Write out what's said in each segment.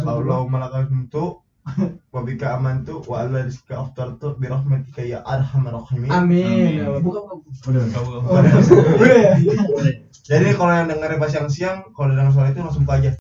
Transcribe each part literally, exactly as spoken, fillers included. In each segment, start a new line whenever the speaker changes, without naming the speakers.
Allah malakantu wa bika amantu wa ala rizqika aftartu bi rahmatika ya arhamar rahimin.
Amin. Buka buka.
Udah,
Oh, udah. Udah ya.
Jadi kalau yang dengerin pas siang-siang, kalau dengar suara itu langsung buka aja.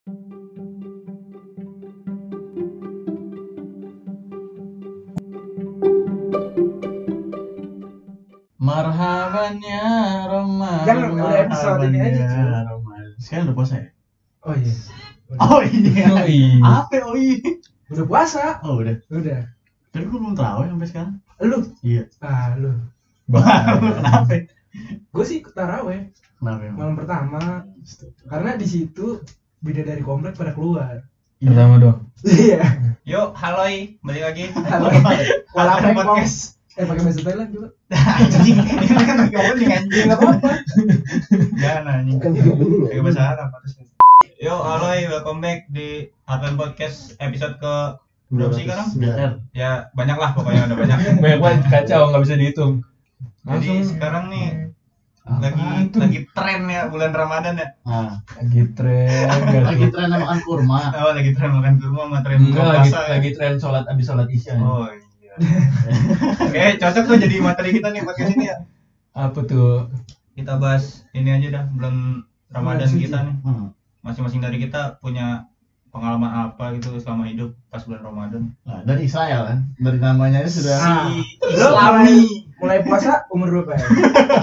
Marhaban ya Roma.
Jangan, udah episode ini aja, cuy.
Sekarang udah puasa ya?
Oh iya.
Oh iya.
Oh iya.
Apa oh iya?
Udah puasa.
Oh udah.
Udah.
Tapi gue belum tarawih sampai sekarang.
Lu?
Iya.
Ah, lu.
Baru kenapa?
Gue sih ikut taraweh
Kenapa emang?
malam pertama. Karena di situ bidadari komplek pada keluar.
Pertama dong.
Iya.
Yuk, haloi, balik lagi.
Halo.
Walaupun
Walaupun
podcast.
Eh pakai bahasa Thailand juga.
Anjing, ini kan lagi opening anjing.
Enggak apa-apa.
Jangan anjing.
Kan juga bening ya.
Pakai bahasa Arab atasnya. Yuk, haloi, welcome back di Harlan Podcast episode ke berapa sih sekarang?
Sembilan.
Ya, banyak lah pokoknya udah banyak.
Banyak banget kacau, nggak bisa dihitung.
Jadi sekarang nih lagi
Apaan tuh?
lagi tren ya bulan Ramadan ya.
Nah,
Lagi tren, nggak
lagi
tuh?
tren makan kurma.
Oh, lagi tren makan kurma sama tren
Enggak,
buka
lagi
puasa. ya.
lagi tren sholat abis sholat isya.
Oh iya. Oke, cocok tuh jadi materi kita nih podcast ini ya.
Apa tuh?
Kita bahas ini aja dah bulan Ramadan
Bulan suci.
kita nih.
Hmm.
Masing-masing dari kita punya pengalaman apa gitu selama hidup pas bulan Ramadan.
Nah, dari Israel kan. Dari namanya aja sudah.
Ah.
Si
Lu mulai,
Islami.
mulai puasa umur berapa ya?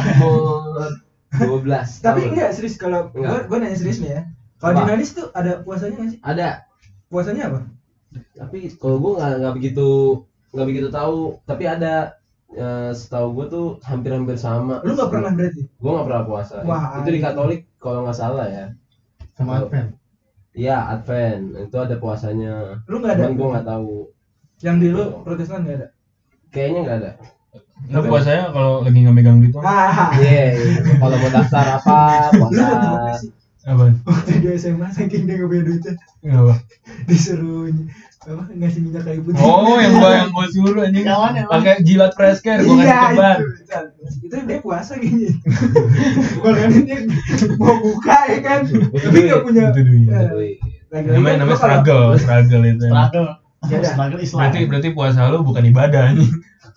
Umur dua belas
Tapi
tahun.
enggak serius kalau gua
Enggak.
gua nanya serius nih ya. Kalau di
Apa?
Indonesia tuh ada puasanya nggak sih?
Ada,
Puasanya apa?
tapi kalau gua nggak nggak begitu nggak begitu tahu. Tapi ada, eh, setahu gua tuh hampir-hampir sama.
Lu nggak pernah berarti?
Gua nggak pernah puasa.
Wah,
Itu di
anjing.
Katolik kalau nggak salah ya.
Sama Advent.
Iya, Advent itu ada puasanya.
Lu nggak ada?
Cuman gua nggak tahu.
Yang di lu Protestan nggak ada?
Kayaknya nggak ada.
Lu puasanya kalau lagi nggak megang duit doang.
Ah,
Iya, iya. Kalau mau daftar apa
lu
puasa.
waktu mana sih?
Apaan?
Waktu di S M A saking dia nggak punya duitnya
Apa?
disuruh apa ngasih minyak kayu putih.
Oh, yang gua yang gua suruh anjing.
Kawan, yang
Pakai jilat fresh care, gua kasih
Iya,
ceban.
itu, itu dia puasa gini. Gua kan dia mau buka ya kan, tapi nggak punya.
Itu duit.
Ya,
Wih.
lagi-lagi
Namanya
kan
namanya
gua kalau-
struggle, struggle itu.
Struggle.
Ya udah.
Struggle Islam.
Berarti berarti puasa lu bukan ibadah nih.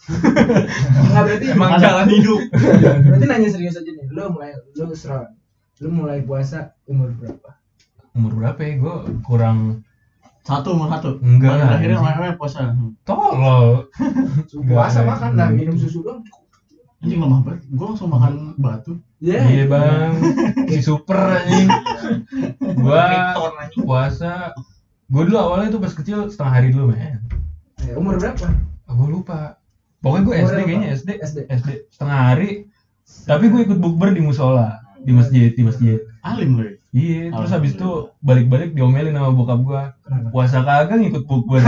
Nggak berarti
Emang jalan hidup.
berarti nanya serius aja nih. Lu mulai lu serang. Lu mulai puasa umur berapa?
Umur berapa ya? Gua kurang
Satu umur satu.
Enggak
Baru
lah,
akhirnya
anjing.
namanya puasa.
tolol.
Puasa
Nggak,
makan
nggak.
lah, minum susu dong.
Anjing lemah banget. Gue langsung makan batu.
Ya.
Iya bang, si super anjing. Gua
Krypton, anjing.
puasa, gua dulu awalnya tuh pas kecil setengah hari dulu men.
Ya, umur berapa?
Ah, gua lupa. Pokoknya gua S D
Umur
kayaknya
berapa?
S D,
S D.
S D setengah hari. Tapi gua ikut bukber di musola, di masjid, di masjid.
Alim loh.
Iya, terus habis itu balik-balik diomelin sama bokap gua.
Kenapa?
Puasa kagak ngikut bukber.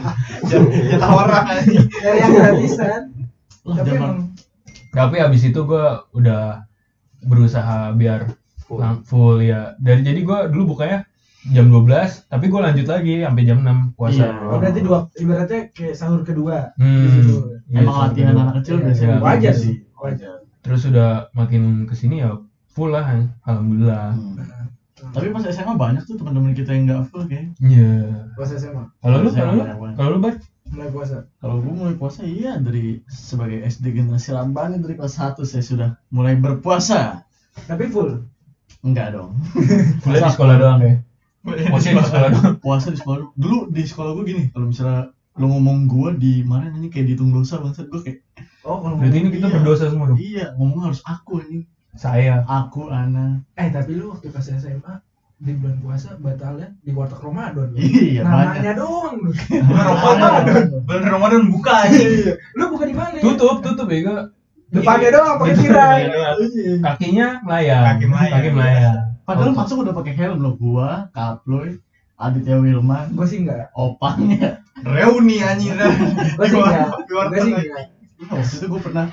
Jatah orang anjing.
Dari yang gratisan.
Lah
Tapi
zaman
emang
Tapi habis itu gua udah berusaha biar
Full.
lang- full ya. Dari jadi gua dulu bukanya jam dua belas, tapi gua lanjut lagi sampai jam enam puasa.
Iya.
oh, berarti dua ibaratnya kayak sahur kedua.
Hmm,
Di situ.
iya,
emang
sampai
latihan
dua.
anak kecil
Iya,
biasanya
iya.
begitu
Wajar
sih.
sih. Wajar.
Terus udah makin kesini ya full lah, alhamdulillah.
Hmm. Tapi pas S M A banyak tuh teman-teman kita yang nggak full kayak.
Iya.
Puasa S M A
Kalau lu,
Saya
kalau lu,
banyak banget.
kalau lu bar?
mulai puasa.
Kalau gue mulai puasa iya dari sebagai S D generasi lamban dari kelas satu saya sudah mulai berpuasa.
Tapi full.
Enggak dong.
Full di sekolah doang ya. Maksudnya di sekolah doang.
Puasa di sekolah. Dulu di sekolah gue gini, kalau misalnya lo ngomong gue di mana ini kayak dihitung dosa bangsat gue kayak
Oh, kalau
Berarti ini kita
Iya.
berdosa semua dong.
iya ngomong harus aku ini
Saya.
aku Ana
Eh, tapi lu waktu pas S M A di bulan puasa batalnya di warteg Ramadan. lu.
iya
Namanya
banyak.
doang lu.
Bulan Ramadan. Bulan Ramadan buka anjing.
Lu bukan di mana? ya?
Tutup, tutup bego.
Depannya doang pakai
Iya,
tirai.
depannya doang.
Iya.
Kakinya melayang.
Kaki melayang.
Kaki melayang.
Padahal masuk udah pakai helm lo gua, Kaploy, Aditya Wilman,
Gua sih enggak.
Opangnya.
Reuni anjing.
Gua sih enggak.
Di luar
Gua sih
kota.
enggak.
Waktu itu gue pernah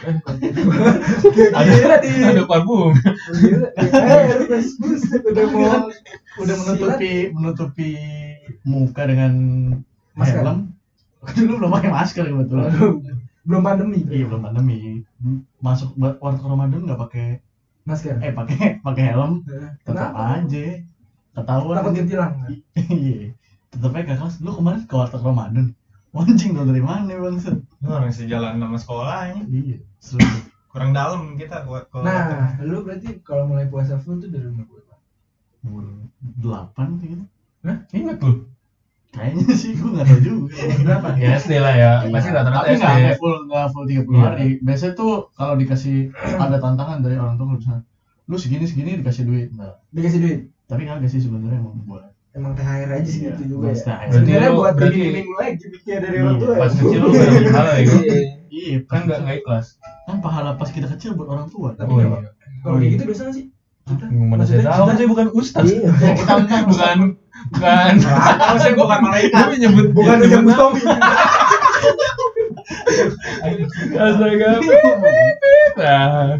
Gila di.
Ada parfum.
Gila. Eh, lu bus udah mau
udah menutupi menutupi muka dengan
Masker.
helm. Dulu belum pakai masker kebetulan.
belum pandemi.
Iya belum pandemi. Masuk buat warteg Ramadan nggak pakai
Masker.
eh pakai pakai helm
Eh,
tetap
Kenapa?
aja ketahuan.
Takut ditilang.
Iya. tetep aja kakak kelas. Lu kemarin ke warteg Ramadan. Anjing tau dari mana bang Set?
Orang sejalan sama sekolahnya.
Iya. Seru.
Kurang dalam kita ke ke-
Nah, lu berarti kalau mulai puasa full tuh dari umur berapa?
Umur delapan gitu.
Ingat lu?
Kayaknya sih gue nggak tahu juga.
Berapa?
Ya S D lah ya.
Iya.
Pasti rata-rata
Tapi
S D.
nggak nggak full nggak full tiga puluh
Iya.
hari. Biasanya tuh kalau dikasih ada tantangan dari orang tua misalnya, lu segini segini dikasih duit. Nah,
Dikasih duit.
tapi kagak sih sebenarnya emang buat.
Emang T H R aja sih
Iya,
gitu juga
buat
ya.
T H R.
Berarti
Sebenarnya
lu-
buat
berarti-
bimbing lu aja gimmicknya dari
Iya,
orang tua ya.
Pas kecil lu gak dapat pahala ya? Gua?
Iya,
Kan nggak nggak ikhlas.
kan pahala pas kita kecil buat orang tua.
Tapi
Oh,
nggak,
iya.
Pak. Kalau kayak gitu dosa nggak sih? Kita.
Gimana
Maksudnya
saya tahu kan
kita-
saya bukan ustaz.
Iya.
Kita bukan
Bukan bukan.
Tahu saya bukan malaikat.
Gue nyebut
Bukan
nyebut
Ujang
nama.
Bustomi.
Astaga. Pip, pip, pip. Nah.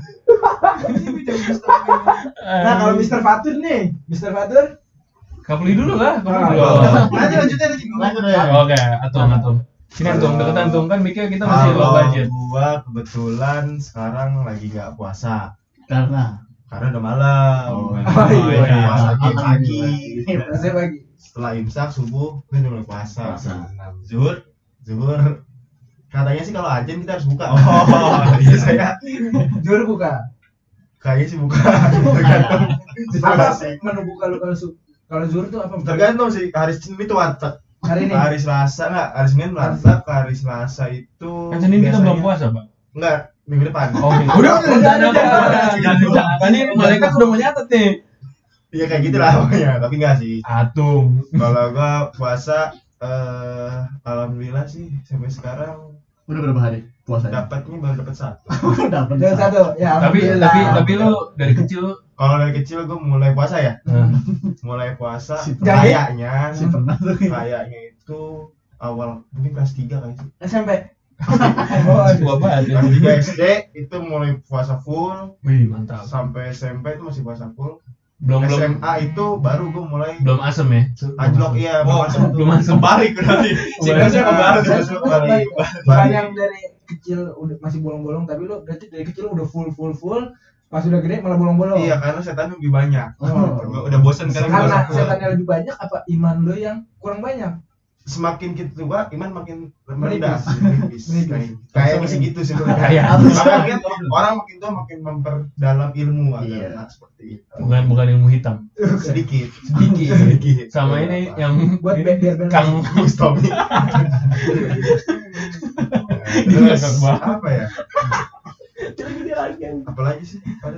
Nah, kalau Mister Fatur nih, Mister Fatur,
Kapli dulu lah, kapli
Ah,
dulu.
lanjut lanjutin lagi.
Lanjut ya.
Oke, atung atung. Sini atung, deketan atung kan mikir kita masih low
Kalau
budget.
gua kebetulan sekarang lagi nggak puasa
Karena
karena udah malam.
Oh,
oh, iya.
Puasanya pagi.
Saya pagi.
Setelah imsak subuh kita udah mulai puasa.
Puasa.
Zuhur, zuhur. Katanya sih kalau ajan kita harus buka. Oh, iya saya
Jur buka.
kayaknya sih buka. Tergantung
Apa
situasi.
menu buka lu kalau su- kalau zuhur tuh apa?
Tergantung sih hari Senin itu warteg.
Hari ini.
Hari Selasa enggak, hari Senin warteg, hari Selasa itu
Kan Senin kita
biasanya-
belum puasa, Pak.
Enggak, minggu depan.
Oh, udah
udah, udah, udah,
udah.
udah.
Udah, kan ini malaikat udah mau nyatet nih.
Iya kayak gitu lah pokoknya, tapi enggak sih.
Atung.
Kalau gua puasa eh alhamdulillah sih sampai sekarang
udah berapa hari puasanya?
dapatnya baru dapat satu.
Dapat
Dan satu, ya.
Tapi
alhamdulillah.
tapi tapi lu dari kecil
Kalau dari kecil gua mulai puasa ya,
nah,
mulai puasa
Si
pernah.
kayaknya
sih pernah tuh.
kayaknya itu awal mungkin kelas tiga kali itu.
S M P. Oh,
tua banget ya.
Kelas tiga S D itu mulai puasa full
Wih, mantap.
sampai S M P itu masih puasa full.
Belum belum
S M A itu baru gua mulai
belum asem ya.
anjlok iya,
Oh,
belum masuk tuh.
belum asem.
Kebalik berarti. Siklusnya kebalik.
Balik. Bukan
Balik.
yang dari kecil udah masih bolong-bolong, tapi lu berarti dari kecil udah full full full, pas udah gede malah bolong-bolong.
Iya, karena setan lebih banyak.
Oh.
Gua udah bosen kan
Karena
gua.
setannya lebih banyak apa iman lu yang kurang banyak?
Semakin kita tua, iman makin merendah.
Menipis.
Menipis. Kayak- Kayaknya sih gitu sih.
Kayak.
Makanya orang makin tua makin memperdalam ilmu
Iya.
agama seperti itu.
Bukan bukan ilmu hitam.
Sedikit.
Sedikit.
Sedikit.
Sama ini yang
Buat biar biar benar.
Kang
Mustomi.
Dia
Terus
ngakak banget.
apa ya?
lagi.
Apalagi sih paling.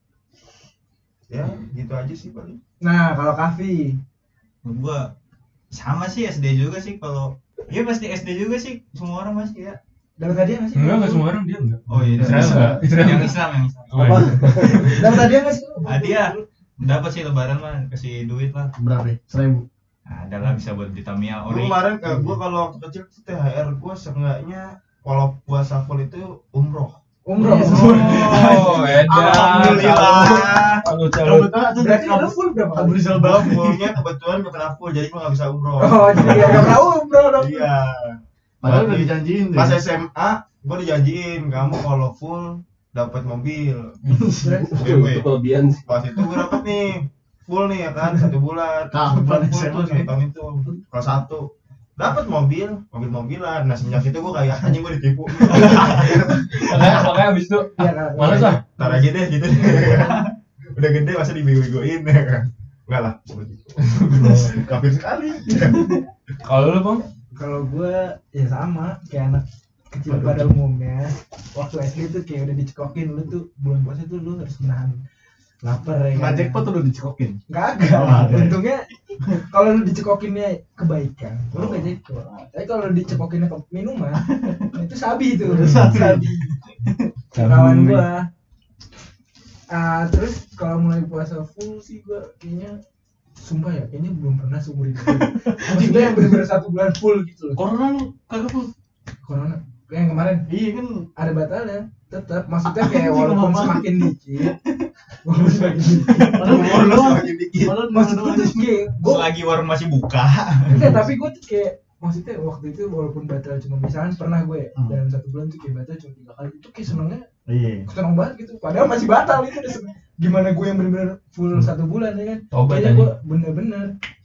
Ya, gitu aja sih paling.
Nah, kalau Kavi,
Gua sama sih S D juga sih kalau iya pasti S D juga sih semua orang pasti ya.
dapat hadiah nggak sih?
enggak enggak semua orang dia enggak.
Oh iya,
Israel enggak. Israel
yang
enggak.
Islam yang Islam.
Oh, iya.
Dapat hadiah nggak sih?
Hadiah dapat sih lebaran mah kasih duit lah.
Berapa ya? Seribu.
Nah, adalah bisa buat di Tamiya
Gua
ori.
kemarin ke gua kalau waktu kecil tuh T H R gua seenggaknya kalau puasa full itu umroh.
Umroh.
Oh, edan.
Alhamdulillah.
Kalau calon
Kebetulan tuh
Berarti lu full berapa
Abu
kali?
Rizal
Gua
Bakri.
fullnya kebetulan gak pernah full, jadi gua gak bisa umroh.
Oh, jadi ya nggak tahu umroh dong.
Iya.
Padahal udah dijanjiin tuh.
Pas
ya.
S M A, gua dijanjiin kamu kalau full dapat mobil. B M W.
Itu kelebihan sih.
Pas itu gua dapat nih full nih ya kan satu bulan.
Kapan
full
S M A
tuh satu tahun itu kelas satu dapat mobil, mobil-mobilan. Nah semenjak itu gua kayak anjing gua ditipu.
makanya makanya abis itu
Iya kan.
males lah.
Ntar aja deh gitu. Udah gede masa dibego-begoin ya kan. Enggak lah, seperti itu. Kafir sekali.
Kalau lu, Bang?
Kalau gue ya sama kayak anak kecil
Aduh.
pada umumnya. Waktu S D tuh kayak udah dicekokin lu tuh bulan puasa tuh lu harus menahan lapar ya.
Kena
kan?
jackpot udah dicekokin.
Kagak.
Oh, ada.
Untungnya kalau lu dicekokinnya kebaikan, lu
Oh.
gak jackpot. Tapi kalau lu dicekokinnya ke minuman, itu sabi itu.
Sabi.
Sabi. Kawan gua. Ah, terus kalau mulai puasa full sih gua kayaknya sumpah ya, kayaknya belum pernah seumur hidup. Maksudnya yang bener-bener satu bulan full gitu loh.
Corona lu kagak full.
Corona. Kayak yang kemarin
Iya kan.
ada batalnya. Tetap maksudnya kayak
Anjing,
walaupun
apa-apa.
semakin dikit. Walaupun semakin dikit.
Padahal
Umur lu
doang.
semakin dikit.
Padahal
Maksud
doang.
gua tuh kayak gua
Selagi warung masih buka.
enggak, tapi gua tuh kayak maksudnya waktu itu walaupun batal cuma misalkan pernah gue
Hmm.
dalam satu bulan tuh kayak batal cuma tiga kali itu kayak senengnya
Iya.
seneng banget gitu padahal masih batal itu udah seneng. Gimana gue yang bener-bener full satu bulan ya kan
Tobat
kayaknya
aja.
gue bener-bener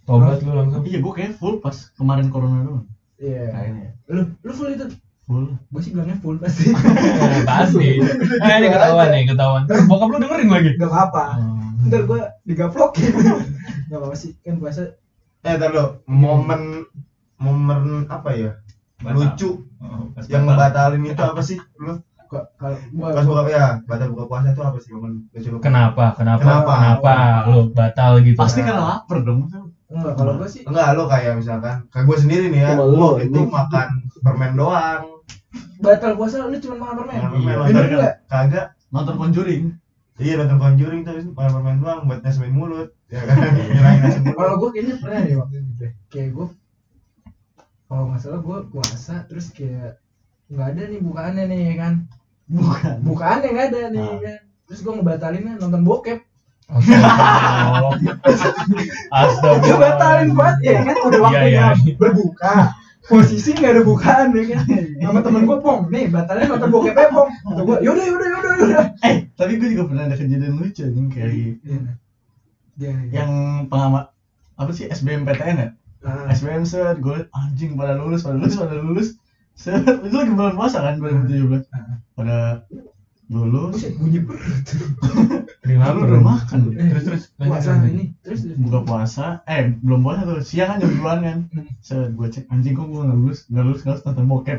Tobat lu langsung.
Iya, gue kayak full pas kemarin corona doang.
Iya.
Kayaknya.
Lu lu full itu?
Full.
Gue sih bilangnya full pasti.
Pasti. Eh ini ketahuan nih, ketahuan. Terus bokap lu dengerin lagi.
Gak apa-apa.
Oh.
Ntar gue digaplokin. Gak apa-apa sih, kan puasa.
Eh tar lo, momen momen apa ya?
Batal.
Lucu
Oh, pas
yang
batal.
ngebatalin itu apa sih? Lu
Kok kalau gua
pas buka ya, batal buka puasa itu apa sih momen lucu lu?
Kenapa? Kenapa?
Kenapa?
Kenapa lu batal gitu?
Pasti karena lapar dong.
enggak, kalau gue sih
Enggak, lo kayak misalkan kayak gue sendiri nih ya,
Cuma
gue
lu,
waktu itu
ini.
makan permen doang.
batal puasa lu cuma makan permen.
Makan permen
Bener
nonton-
enggak?
Kagak.
Nonton Conjuring.
Iya nonton Conjuring tuh makan permen doang buat nasimin mulut. Ya kan? Ngilangin nasi mulut.
Kalau gue kayaknya pernah deh waktu itu deh. Kayak gue kalau nggak salah gue puasa terus kayak nggak ada nih bukaannya nih ya kan.
Bukan.
Bukaannya nggak ada nih
Ah.
kan. Terus gue ngebatalinnya nonton bokep.
Astagfirullah. Astagfirullah.
Gue batalin banget ya kan udah waktunya
Iya, iya.
berbuka. Posisi nggak ada bukaan ya kan. Sama temen gue pong, nih batalin nonton bokep ya pong. Kata gue yaudah yaudah yaudah yaudah.
Eh, tapi gue juga pernah ada kejadian lucu nih kayak
Iya. Dia
yang pengamat apa sih S B M P T N ya?
nah,
S B M set, gue liat anjing pada lulus, pada lulus, pada lulus. Set, itu lagi bulan puasa kan dua ribu tujuh belas. Pada lulus,
buset bunyi perut.
Terima
lalu
kasih.
udah makan.
Terus terus lanjut,
Puasa
lanjut.
ini terus terus.
Buka puasa, eh belum puasa tuh, siang kan jam duluan kan.
Hmm.
Set, gue cek anjing kok gue nggak lulus, nggak lulus, nggak lulus nonton bokep.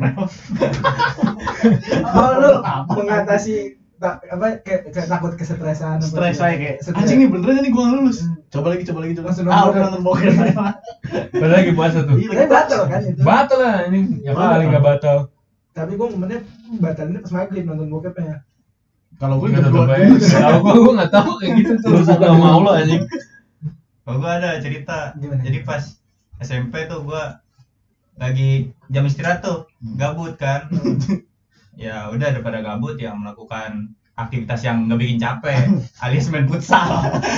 Oh lu mengatasi tak apa kayak kayak takut kesetresan apa
Stres
sih?
saya kayak
Stres.
anjing nih beneran nih gue nggak lulus.
Hmm.
Coba lagi, coba lagi, coba.
Langsung
Ah,
nonton
udah nonton bokep.
Padahal lagi puasa tuh.
Iya,
Tapi batal kan itu.
Batal lah ini. Ya kali nggak batal.
Tapi gue momennya batalinnya pas maghrib nonton bokepnya.
Kalau gue
Nggak
jam
tahu
dua
baik. Tahu gua gua nggak tahu kayak gitu tuh. Nggak mau lo anjing.
Kalau gua ada cerita.
Gimana?
Jadi pas S M P tuh gua lagi jam istirahat tuh, gabut kan. Ya udah daripada gabut ya melakukan aktivitas yang nggak bikin capek, alias main futsal.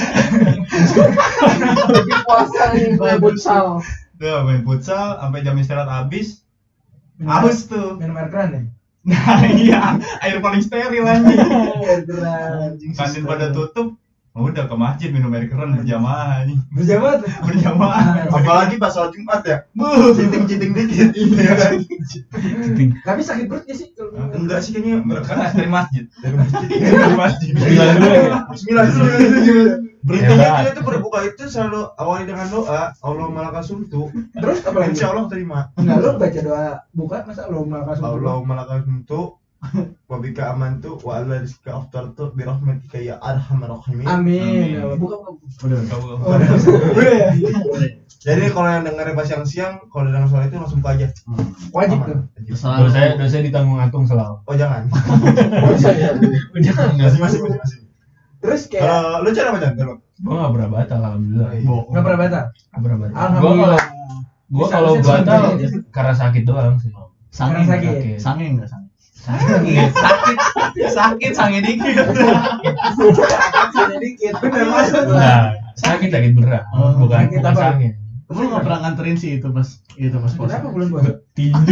Puasa nih gue futsal.
Tuh main futsal sampai jam istirahat habis. Haus tuh.
Minum air keran ya?
Nah iya, air paling steril anjing.
Air keran.
Kantin pada tutup. Udah ke masjid minum air keran berjamaah anjing.
Berjamaah tuh.
Berjamaah.
Apalagi pas sholat Jumat ya,
Buh.
citing-citing dikit. Iya kan?
Tapi sakit perut gak sih kalau minum?
Enggak sih kayaknya
Karena dari masjid.
dari masjid.
Dari masjid.
Bismillah dulu ya.
Bismillah dulu. Beritanya
Hebat.
kita tuh berbuka itu selalu awali dengan doa, Allah malaka sumtu.
Terus apa lagi?
Insya Allah terima.
Enggak lu baca doa buka masa lu malah kasih
Allah malaka sumtu. Wabika amantu wa ala rizka aftartu birahmatika ya arhamar rahimin.
Amin.
Amin.
Buka buka.
udah.
Kamu
Oh, udah. Udah ya.
Jadi kalau yang dengarnya pas siang-siang, kalau dengar soal itu langsung buka aja.
Wajib
Aman.
tuh.
Terserah.
Dosa dosa ditanggung atung selalu.
Oh jangan.
Jangan
Masih masih masih masih.
Terus kayak
Kalau lu cara apa Jan? Kalau
Gua nggak pernah batal alhamdulillah.
Bo.
enggak pernah baca.
Nggak pernah batal. Gua
Alhamdulillah.
kalau gua
Bisa-
kalau
bisa
batal
dicontohin.
karena sakit doang sih.
Sange
Karena
nggak?
sakit.
Sange enggak sange?
sakit, sakit, sakit, sange dikit.
Sakit dikit. Bener maksud lu.
Nah, sakit sakit berat.
Oh,
bukan
sakit
bukan
apa?
sange.
Gue nggak pernah nganterin sih itu pas itu pas puasa.
Kenapa bulan puasa?
Tinju.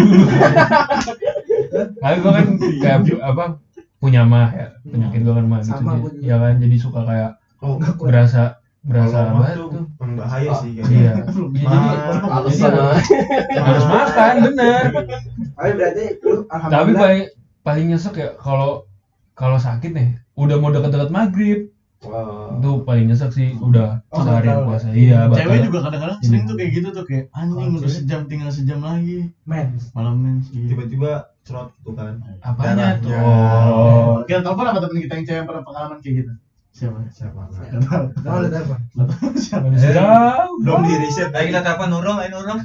Tapi gua kan kayak apa punya mah ya penyakit gua kan mah gitu.
Sama
Jadi-
gua juga.
Ya kan jadi suka kayak
Oh,
Enggak kuat.
berasa berasa
kalau
banget
tuh
tuh.
bahaya sih
Iya.
kayaknya.
Ya, jadi
Ma-
Alasan
jadi
lah.
harus makan bener.
Tapi berarti lu
Tapi
alhamdulillah.
paling paling nyesek ya kalau kalau sakit nih udah mau deket-deket maghrib
Wah.
itu paling nyesek sih udah
Oh,
seharian
batal.
puasa iya batal.
Cewek juga kadang-kadang sering
Ini.
tuh kayak gitu tuh kayak anjing
Oh,
udah
cewek.
sejam tinggal sejam lagi
Men.
malam mens gitu.
Tiba-tiba cerot tuh kan.
Apanya tuh?
Ya.
Oh.
Kita telepon apa temen kita yang cewek yang pernah pengalaman kayak gitu? Siapa?
Siapa?
Nggak tahu.
Tahu lu apa?
Nggak tahu siapa.
Manusia tahu.
Belum di riset.
Ayo kita telepon Nurul, ayo Nurul.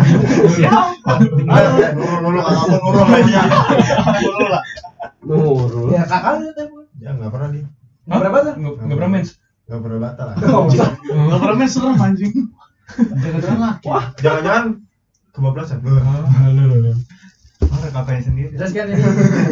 Nurul nurul kalau apa nurul aja.
Nurul lah.
Nurul.
Ya kakak lu telepon.
Ya nggak pernah nih.
Enggak berapa tuh?
Nggak nggak pernah mens.
Nggak pernah batal lah.
Oh,
Nggak pernah mens serem anjing. Jangan-jangan laki.
Jangan-jangan kebablasan.
Orang kakaknya sendiri.
terus kan ini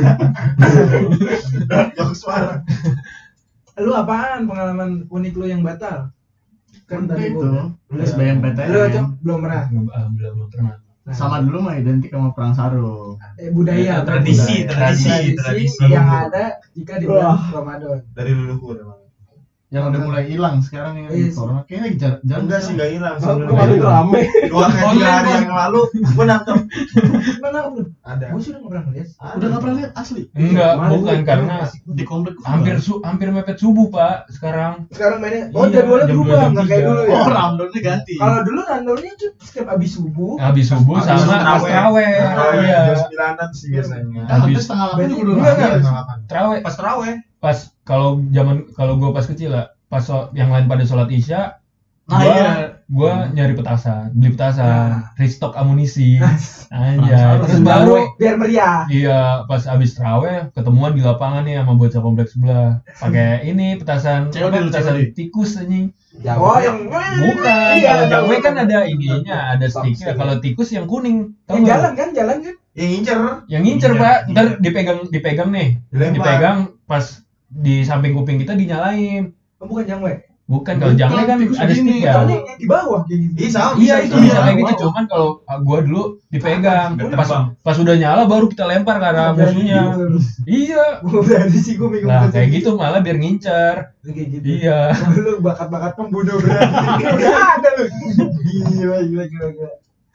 Jauh suara.
lu apaan pengalaman unik lu yang batal? Kan tadi
itu
gua.
S B M P T
Lu
N.
Cok, belum pernah.
Alhamdulillah belum pernah.
Nah,
Sama dulu mah identik sama perang sarung.
eh, budaya
Ya, tradisi,
budaya.
tradisi, tradisi.
yang ada jika di bulan Ramadan.
Dari leluhur emang.
yang udah mulai hilang sekarang yang
Yes.
corona kayaknya lagi jar- jarang.
Enggak sih, enggak hilang
Kemarin
sebenarnya.
rame.
Dua eh, tiga hari yang lalu gua nangkep
Mana aku?
ada.
Gue sudah nggak pernah ngeliat.
Udah nggak pernah lihat asli.
Enggak,
Kemarin
bukan
gua-
karena
Di komplek gua.
hampir su hampir mepet subuh, Pak, sekarang.
Sekarang mainnya, oh
Iya,
jadwalnya
jam
berubah,
dua, jam
nggak kayak
tiga.
dulu ya.
Oh, rundownnya ganti.
Kalau dulu rundownnya tuh setiap abis subuh.
Habis subuh
Habis
sama
terawih.
pas traweh.
Tarawih
Iya.
jam sembilanan sih biasanya.
Kan hampir
habis-
setengah delapan
Berarti-
juga udah
enggak,
rame.
enggak.
Traweh
Pas terawih.
pas kalau zaman kalau gua pas kecil lah, pas so- yang lain pada sholat isya,
Nah,
gua
iya.
gua nyari petasan, beli petasan,
Nah.
restock amunisi. Anjay.
Penasaran.
Terus baru
Biar meriah.
iya pas abis traweh ketemuan di lapangan nih sama bocah komplek sebelah. Pakai ini petasan,
C O D
apa,
lu,
petasan
C O D.
tikus anjing.
Oh yang
Bukan,
Iya,
kalau
tahu,
jangwe kan
tahu.
ada ininya, ada sticknya.
Samsung.
Kalau tikus yang kuning, tahu
yang
nggak?
jalan kan, jalan kan.
Yang ngincer
Yang ngincer,
Iya,
Pak.
iya.
Ntar dipegang dipegang nih.
dilempar.
Dipegang pas di samping kuping kita dinyalain.
Oh, bukan jangwe.
Bukan, kalau
Bukan,
jangwe kan
tikus
ada
begini.
stick ya.
Taunya yang di bawah kayak gitu.
Iya, sama.
Iya itu bisa kayak gitu,
Wow.
cuman kalau ah, gua dulu dipegang.
Udah
Pas
terbang.
pas udah nyala baru kita lempar ke arah musuhnya. Iya.
Gue berani sih gue mikir
Nah, kayak gitu malah biar ngincer.
Kayak gitu.
Iya.
Lu bakat-bakat pembunuh berani. Udah ada lu. Gila gila gila gila.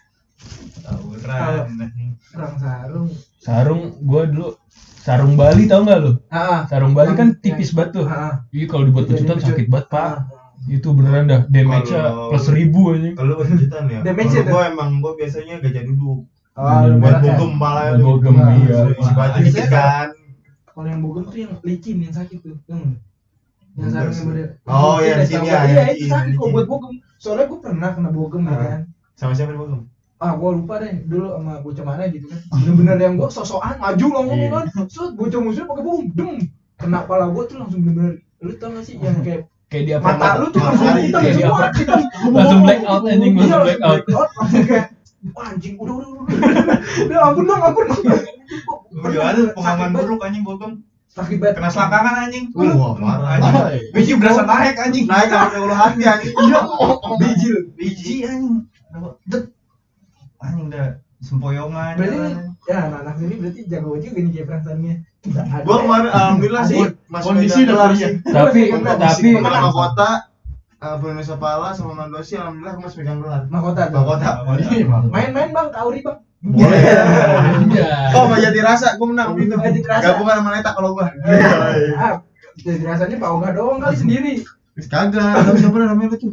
Tawuran.
Perang sarung.
Sarung gua dulu sarung Bali tau nggak lu?
Ah.
Sarung Bali kan
Yang-
tipis banget tuh.
Ah.
Iya kalau dibuat
Jadi
pecutan
pecut.
sakit banget, Pak.
Ah.
Itu beneran dah damage-nya
Kalau-
plus seribu aja.
Kalau buat kejutan ya.
Damage
Kalau
itu.
gua emang gua biasanya gajah duduk.
Oh,
Iya,
lu
Buat
berat ya?
bogem malah
Buat
itu.
bogem,
Nah,
iya.
isi baju
Biasanya
dikit kan.
Kalau yang bogem tuh yang licin yang sakit tuh. Tahu nggak? Yang
Enggak
sarung
sih.
yang bener.
Oh,
Licin,
yang
ada
licin,
sarung.
ya,
Iya,
yang
itu
licin,
sakit kok
licin.
buat bogem. Soalnya gue pernah kena bogem ya
Ah.
kan.
Sama siapa nih bogem?
Ah, gua lupa deh dulu sama bocah mana gitu kan. Bener-bener yang gua sosokan maju langsung
Iya.
kan. Set bocah musuhnya pakai bom, dem. Kena kepala gua tuh langsung bener-bener. Lu tau gak sih yang kayak
Kayak dia
mata lu tuh langsung
matahari
hitam
kayak
semua,
dia-
hitam.
langsung black out, anjing, langsung
Iya,
black out.
langsung kayak wah, anjing udah udah udah udah. Udah ampun dong, ampun.
Gimana pengalaman buruk anjing bogem.
Sakit banget.
Kena selangkangan anjing.
Wah, parah.
Anjing. Biji berasa naik anjing.
Naik sampai ulu hati anjing. Iya.
Biji lu.
Biji anjing. Det. Anjing udah sempoyongan.
Berarti ya anak-anak ini berarti jago juga nih kayak perasaannya. Nggak ada.
Gua kemarin alhamdulillah sih masih
Kondisi
megang
udah
gelar
kuliah.
sih.
Tapi tapi
Sama mahkota uh, Indonesia Pala sama Mandosi alhamdulillah aku masih megang gelar.
Mahkota tuh.
Mahkota.
Iya, Bang.
Main-main bang, Kauri bang.
Boleh.
Anjay.
Oh, sama Jati Rasa gua menang gitu.
Jati Rasa.
Gabungan sama Neta kalau gua.
Ah, jadi rasanya Pak Oga doang kali sendiri.
Wis kagak, tapi siapa namanya lu tuh?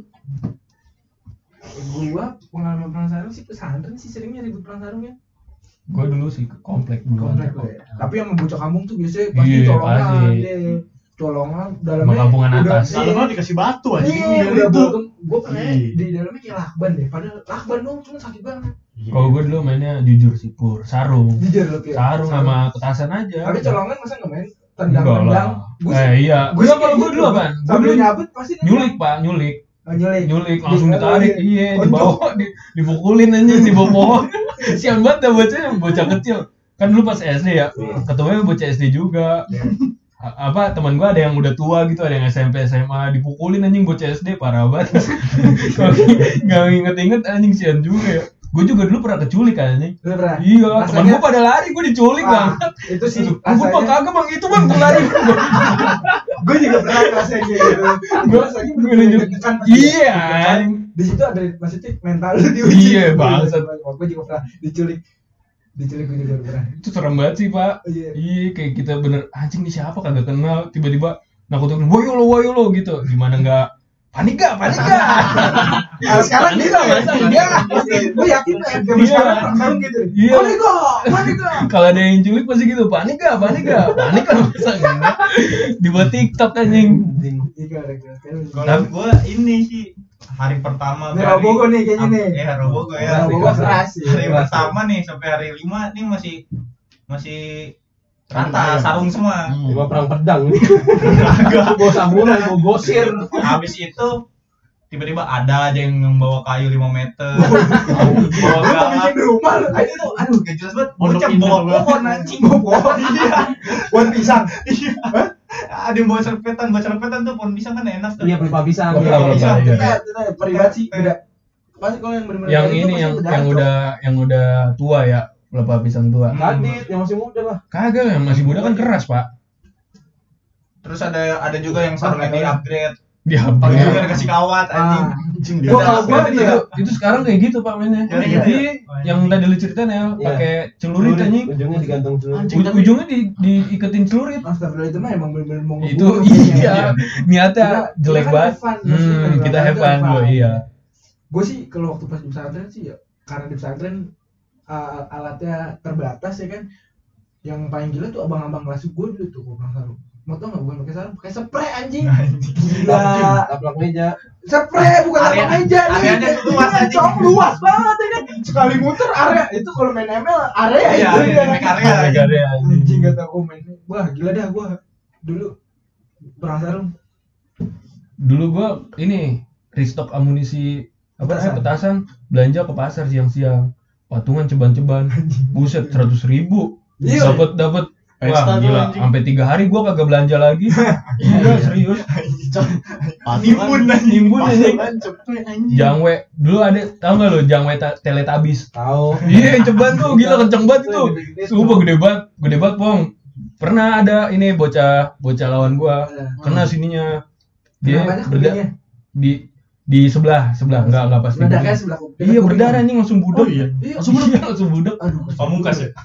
Gua pengalaman perang sarung sih pesantren sih seringnya ribut perang sarungnya.
Gua dulu sih ke komplek dulu.
Komplek gua ya. Tapi yang bocah kampung tuh biasanya pasti
Iya,
colongan
pasti.
deh. Colongan dalamnya
Sama kampungan
udah-
atas.
Kalau nggak dikasih batu anjing.
Iya,
Dari
udah
itu.
bogem. Gua pernah
Iya.
di dalamnya kayak lakban deh. Padahal lakban dong cuma sakit banget.
Kalau gua dulu mainnya jujur sih pur, sarung.
Jujur lu kayak.
Sarung sama petasan aja.
Tapi colongan masa nggak main
Enggak
tendang-tendang.
lah.
Gua
Eh iya.
gua
Gua
sih
kalau
kayak
gua
gitu.
dulu apaan? Gua
Sambil
dulu
nyabut pasti
nyulik, Pak, nyulik.
Oh, nyulik.
Nyulik langsung
Di-
ditarik,
oh,
iya,
Untuk.
dibawa, di, dipukulin anjing di bawah pohon. Sian banget dah bocahnya, bocah kecil. Kan dulu pas S D ya, ketemunya bocah S D juga. A- apa teman gua ada yang udah tua gitu, ada yang S M P S M A dipukulin anjing bocah S D parah banget. Kalau nggak inget-inget anjing sian juga ya. Gue juga dulu pernah keculik anjing.
Lu pernah?
Iya, teman
Rasanya-
gua pada lari, gua diculik
Ah,
banget.
itu sih
Gue bang
rasanya.
kagak bang itu bang gua lari.
Gue juga pernah ngerasain kayak gitu. Gue rasanya
Gua
bener-bener
nunjuk.
deg-degan pasti.
Iya.
Deg-degan.
anjing.
Di situ ada maksudnya mental lu diuji.
Iya, bangsat.
Gue juga pernah diculik. Diculik gue juga pernah.
Itu serem banget sih pak.
Iya.
Iya kayak kita bener anjing nih siapa kagak kenal tiba-tiba nakutin woyo lo woyo lo gitu gimana nggak panik gak panik gak
Nah, sekarang gitu ya. Iya. Gue yakin ya. Kayak
Iya.
sekarang sekarang gitu.
Iya.
Panik gak? Panik gak?
kalau ada yang culik pasti gitu panik gak panik gak panik lah masa enggak dibuat TikTok anjing
Iya, gara-gara sekarang.
Kalau gua ini sih hari pertama
Ini Rabogo nih kayaknya nih.
Eh Rabogo ya.
Rabogo keras.
Hari
Keras.
pertama nih sampai hari lima nih masih masih
Sarung
rata
ayam.
sarung semua.
Cuma perang pedang nih.
Kagak.
Bawa samurai, bawa gosir.
Habis itu tiba-tiba ada aja yang membawa kayu lima meter. Bawa
Lu mau
galak.
bikin di rumah lu.
Ayo tuh, aduh gak jelas banget.
Pondok
Bocah
Indah
bawa
banget.
pohon anjing.
Bawa pohon.
Iya.
Pohon pisang.
Iya. Ada yang bawa serpetan, bawa serpetan tuh pohon pisang kan enak tuh.
Iya, pelepah pisang.
Pelepah,
Iya,
pelepah,
pisang.
iya.
Kita kita pribadi beda. Pasti kalau yang benar-benar
yang
kayak gitu
ini
pasti
yang
beda,
yang
Cok.
udah yang udah tua ya pelepah pisang tua
Kadit yang masih muda lah.
kagak yang masih muda kan keras pak
Terus ada ada juga yang sarungnya di upgrade.
Dihabis.
Pakai juga dikasih kawat anjing.
Ah.
Anjing
Gua kalau gua
itu,
ya
itu sekarang kayak gitu Pak mainnya.
Kayak
Jadi
gitu
yang tadi lu ceritain ya,
Iya.
pakai celurit anjing.
Ujungnya digantung celurit.
Anjing.
U- ujungnya di diiketin celurit.
Astagfirullah itu mah emang bener-bener mau
Itu
ngebunuh
iya, niatnya
Kita-
jelek
kita kan
banget.
have fun, maksudnya
Hmm,
kalau
kita
olahraga
have fun
have
dulu,
fun.
iya.
Gue sih kalau waktu pas di pesantren sih ya karena di pesantren uh, alatnya terbatas ya kan. Yang paling gila tuh abang-abang kelas gue dulu tuh gue bilang sarung. Mau tau nggak bukan pakai sarung, pakai spray anjing. Gila.
Taplak meja.
Spray bukan
Area-
apa meja nih.
areanya luas,
Iya,
anjing.
cowok, luas banget ya kan. Sekali muter area itu kalau main M L area
Iya,
itu ya.
make area.
Gara-gara anjing.
Anjing kata aku mainnya. Wah gila dah gue dulu perang sarung.
Dulu gua ini restock amunisi apa namanya
Petasan.
petasan, belanja ke pasar siang-siang. Patungan ceban-ceban. Buset seratus ribu.
Iya.
Dapat dapat
Pesta
wah
tuh,
gila,
anjing.
sampai tiga hari gua kagak belanja lagi. Iya serius.
Nimbun anjing.
Nimbun anjing.
Pasukan cepet anjing.
Jangwe dulu ada tahu nggak lo Jangwe ta- Teletubbies?
Tahu.
Iya yang ceban tuh gila kenceng banget itu. Sumpah gede banget, gede banget pong. Pernah ada ini bocah bocah lawan gua kena sininya. Dia
Kenapa banyak
berda-
kupingnya?
di di sebelah sebelah enggak enggak pasti.
Meledaknya sebelah kuping.
Iya berdarah nih langsung budak.
Oh iya.
Iya.
Langsung budak. langsung budak.
Aduh.
Pamungkas ya.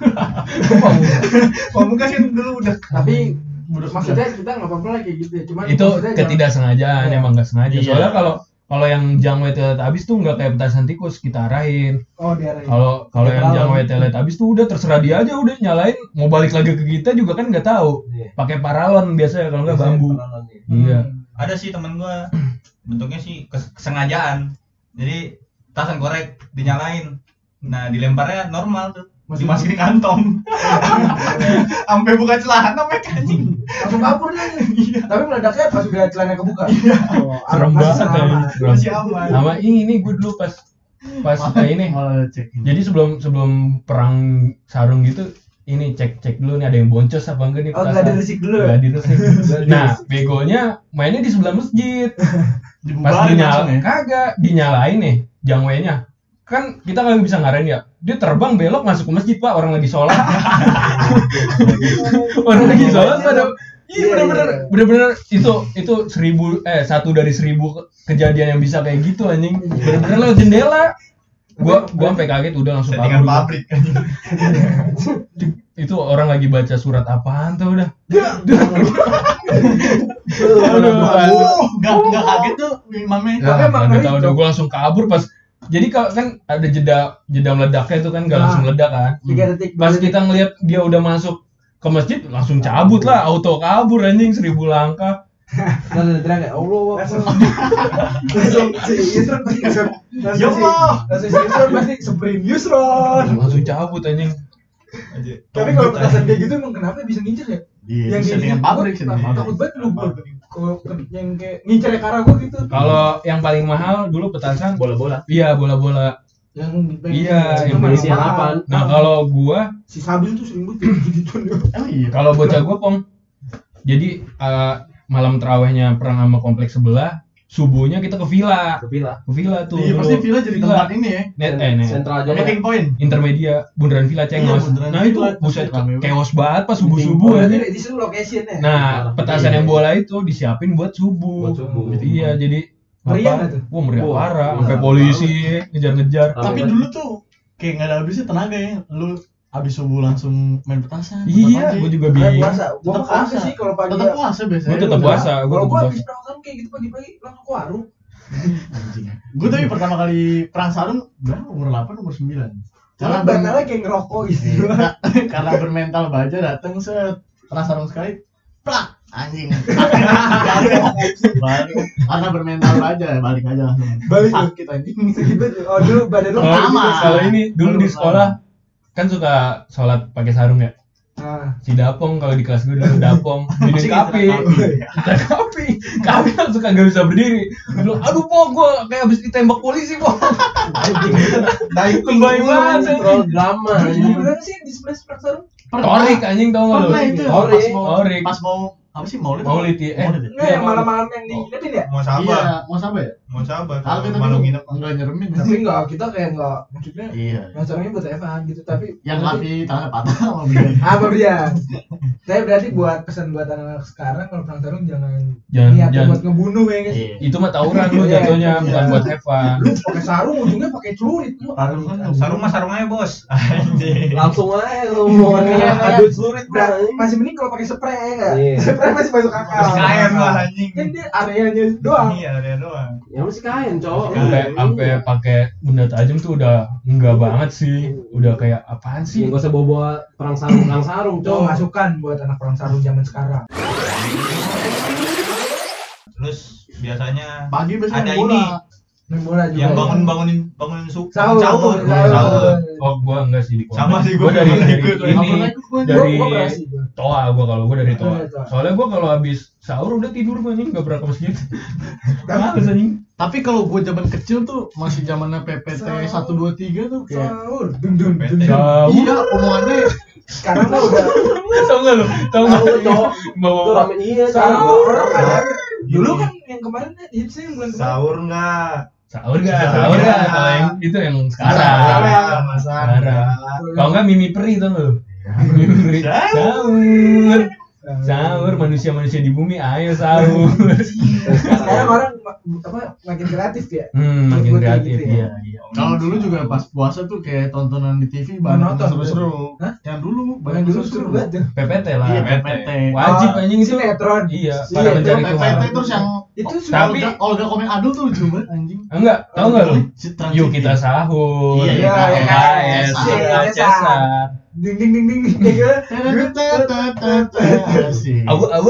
Pamungkas kan dulu udah.
Tapi maksudnya kita nggak apa-apa lah kayak gitu ya. Cuman
Itu
maksudnya jangan-
ketidaksengajaan
Iya.
emang nggak sengaja.
Iya.
Soalnya kalau kalau yang Jangwe Teletubbies tuh nggak kayak petasan tikus kita arahin.
Oh diarahin.
Kalau kalau
Pakai
yang
paralon.
Jangwe Teletubbies tuh udah terserah dia aja udah nyalain mau balik lagi ke kita juga kan nggak tahu.
Iya.
Pakai paralon biasanya kalau nggak
Biasanya
bambu.
paralon nih.
Iya.
Ada sih temen gua bentuknya sih kes- kesengajaan. Jadi tasan korek dinyalain. Nah, dilemparnya normal tuh.
Masih-
Dimasukin kantong. Sampai buka celana sampai anjing.
Langsung kabur dia nih. Tapi meledaknya pas udah celana kebuka. Oh,
Serem
masih
banget ya.
selamat.
Serem.
Masih aman.
Sama ini nih gue dulu pas pas kayak ini.
Malah cek.
Jadi sebelum sebelum perang sarung gitu ini cek cek dulu nih ada yang boncos apa enggak nih
Oh,
petasan.
nggak diresik dulu ya?
Nggak diresik. Nah, begonya mainnya di sebelah masjid. Pas
Dibubarin langsung
dinyalain
ya.
kagak dinyalain nih jangwenya. Kan kita nggak bisa ngarahin ya. Dia terbang belok masuk ke masjid Pak, orang lagi sholat. orang lagi sholat pada iya
Iya,
bener-bener
iya.
bener-bener itu itu seribu eh satu dari seribu kejadian yang bisa kayak gitu anjing. Bener-bener lewat jendela. Gua gua sampai kaget udah langsung
Settingan
kabur.
pabrik anjing.
Itu orang lagi baca surat apaan tuh udah.
Aduh, enggak enggak kaget tuh imamnya.
Tapi
Nah,
emang
nggak
ngeri,
tahu
Cok.
deh, gua langsung kabur pas. Jadi kalau kan ada jeda jeda meledaknya itu kan nggak
Nah.
langsung meledak kan.
Tiga detik.
Pas kita ngelihat dia udah masuk ke masjid langsung cabut lah, auto kabur anjing seribu langkah.
Dan ada teriak kayak Allah
Langsung
Akbar.
langsung si Yusron pasti langsung
Ya
langsung si
Allah.
langsung si Yusron pasti sprint Yusron.
Langsung cabut anjing.
Anjing.
Tapi kalau petasan kayak gitu emang kenapa bisa ngincer ya?
Iya,
Yang kayak
settingan
gitu,
pabrik
gua
settingan
takut-
pabrik.
takut banget lu gua. Kalau ke- yang kayak ngincer ke arah gua gitu.
Kalau yang paling mahal dulu petasan
Bola-bola.
iya bola-bola.
Yang
Iya,
itu
yang
mahal.
berisi harapan.
Nah, kalau gua
si Sabil tuh sering banget gitu gitu.
Emang iya.
kalau bocah gua pom. Jadi eh, malam terawihnya perang sama kompleks sebelah, subuhnya kita ke villa.
Ke villa.
Ke villa tuh.
Iya,
dulu.
pasti villa jadi tempat ini ya.
Net eh net.
Sentral aja.
Meeting point.
Intermedia bundaran villa Cengos.
Iya, bundaran
Nah itu
villa.
buset
Rame banget.
chaos banget pas subuh subuh
Oh,
aja.
berarti di situ location-nya.
Nah petasan
Iya.
yang bola itu disiapin buat subuh.
Buat subuh.
Iya jadi
Meriah
apa?
nggak tuh?
Wah meriah
Wah,
parah.
iya.
Sampai polisi ngejar-ngejar.
Rame
Tapi
banget.
dulu tuh kayak nggak ada habisnya tenaga ya. Lu abis subuh langsung main petasan.
Iya,
tetap
gue
aja.
juga
Kayak
bingung.
puasa. Gua
Tetap
mah kagak
puasa.
sih kalau pagi.
Tetap puasa biasanya.
Gue tetap
Udah.
puasa, gue
Kalau
tetap
gua
puasa.
habis perang kayak gitu pagi-pagi langsung ke warung.
Anjing. Gue tapi pertama kali perang sarung berapa umur delapan umur sembilan.
Karena
ber-
bantalnya kayak ngerokok gitu.
Iya, karena bermental baja datang set perang sarung sekali plak anjing. Balik. Karena bermental baja balik aja langsung.
Balik.
Sakit anjing.
Sakit banget. Oh dulu badan lu
Kalau
Sama.
kalau ini dulu di
Sama.
sekolah kan suka sholat pakai sarung ya.
Nah,
Si Dapong kalau di kelas gue dulu Dapong minum
Masih
kapi. Kita kapi. Kapi kan suka gak bisa berdiri. Dia bilang, aduh po gue kayak habis ditembak polisi po.
Naik
Lebay banget
Troll drama.
dulu
anjing.
beneran sih di sebelah perang sarung.
Torik anjing tau gak lu?
Pernah itu
Torik.
pas mau
Torik.
pas mau apa sih maulid?
Maulid ya. Eh,
Maulid ya?
Enggak, yang malam-malam yang diingetin ya?
Mau sabar,
Iya, mau sabar ya?
mau sabar.
Ah, kita
Malu
tuh
nginep.
enggak nyeremin.
Tapi enggak, kita kayak enggak, maksudnya
Iya.
masalahnya buat Evan gitu, tapi
Yang
berarti-
api tangannya patah sama Brian.
apa dia? Tapi berarti buat pesan buat anak-anak sekarang kalau perang sarung jangan
Jangan-
niatnya
jangan-
buat ngebunuh ya guys.
Iya.
itu mah tawuran lu
Iya,
jatuhnya,
iya.
bukan buat Evan.
Lu pakai sarung ujungnya pakai celurit lu.
Sarung kan nggak
Sarung mah sarung aja, Bos. Anjing.
Langsung aja lu mau
Iya,
adu celurit
Udah,
bang.
masih mending kalau pakai spray ya enggak?
Iya.
Spray masih masuk akal.
Masih kain lah anjing.
Kan dia areanya doang.
Iya, dia doang.
Yang masih kain cowok.
Sampai sampai pakai benda tajam tuh udah enggak banget sih. Udah kayak apaan sih?
Yang gak usah bawa perang sarung perang sarung
Itu
cowok.
masukan buat anak perang sarung zaman sekarang.
Terus biasanya
Pagi biasanya
ada
bola.
ini
Main bola juga.
yang
ya.
bangun bangunin bangunin su
Sahur,
sahur.
sahur.
Sahur.
Oh, gua enggak sih di kolam.
Sama sih,
gua
gua
dari
pernah
dari
ikut.
ini
Nggak pernah ikut gua.
dari
Gua pernah sih, gua.
toa gua kalau gua dari toa.
Oh, iya, toa.
Soalnya gua kalau habis sahur udah tidur gua nih, enggak pernah ke masjid. Males anjing.
Tapi kalau gue zaman kecil tuh masih zamannya P P T satu dua tiga tuh kayak
Sahur, dung dung
P P T.
dung. dung.
Sahur.
iya omongannya
Sekarang mah udah
Tahu enggak lu? Tahu enggak?
Tahu, cowok.
Bawa
Itu rame iya
sekarang
cowok.
orang ada. Dulu
Gini.
kan yang kemarin kan hitsnya yang bulan kemarin.
Sahur nggak?
Sahur enggak?
Sahur
Sahur enggak?
nggak?
Kalau yang itu yang
Sekarang.
sekarang.
Sekarang.
Sekarang. Kalau enggak mimi peri tau enggak lu? Mimi peri. Sahur. Sahur manusia-manusia di bumi ayo sahur.
Sekarang orang ma- apa makin kreatif ya.
Hmm, makin
Buat kayak
kreatif
gitu ya.
iya iya.
kalau dulu juga pas puasa tuh kayak tontonan di T V banyak
Nonton,
yang seru-seru.
Hah?
Yang dulu
Yang
banyak
dulu
seru-seru.
seru banget tuh.
P P T lah.
Iya,
P
P
P
P
T.
T.
Wajib
Oh,
anjing itu.
sinetron.
Iya,
Iya,
para mencari
P P T
Tuhan.
terus yang
Itu
oh,
suka
Tapi-
Olga, Olga Komeng Adul tuh lucu banget anjing.
Enggak, tahu enggak lu?
Si Trans
Yuk
T V.
kita sahur.
Iya,
iya,
K
iya,
S,
iya,
A
iya,
Cesar.
ding ding ding ding ding gitu.
Asik.
Awu awu.